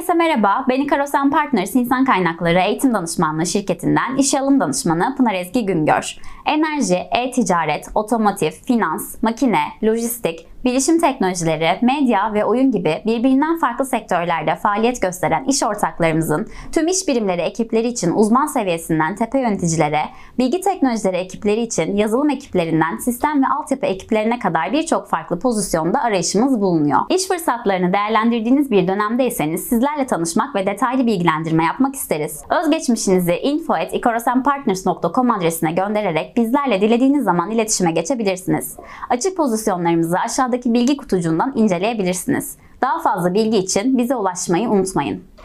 Herkese merhaba, ben Ikarosen Partners İnsan Kaynakları Eğitim Danışmanlığı şirketinden işe alım danışmanı Pınar Ezgi Güngör. Enerji, e-ticaret, otomotiv, finans, makine, lojistik, bilişim teknolojileri, medya ve oyun gibi birbirinden farklı sektörlerde faaliyet gösteren iş ortaklarımızın tüm iş birimleri ekipleri için uzman seviyesinden tepe yöneticilere, bilgi teknolojileri ekipleri için yazılım ekiplerinden sistem ve altyapı ekiplerine kadar birçok farklı pozisyonda arayışımız bulunuyor. İş fırsatlarını değerlendirdiğiniz bir dönemdeyseniz sizlerle tanışmak ve detaylı bilgilendirme yapmak isteriz. Özgeçmişinizi info@ikarosenpartners.com adresine göndererek bizlerle dilediğiniz zaman iletişime geçebilirsiniz. Açık pozisyonlarımızı aşağıdaki bilgi kutucuğundan inceleyebilirsiniz. Daha fazla bilgi için bize ulaşmayı unutmayın.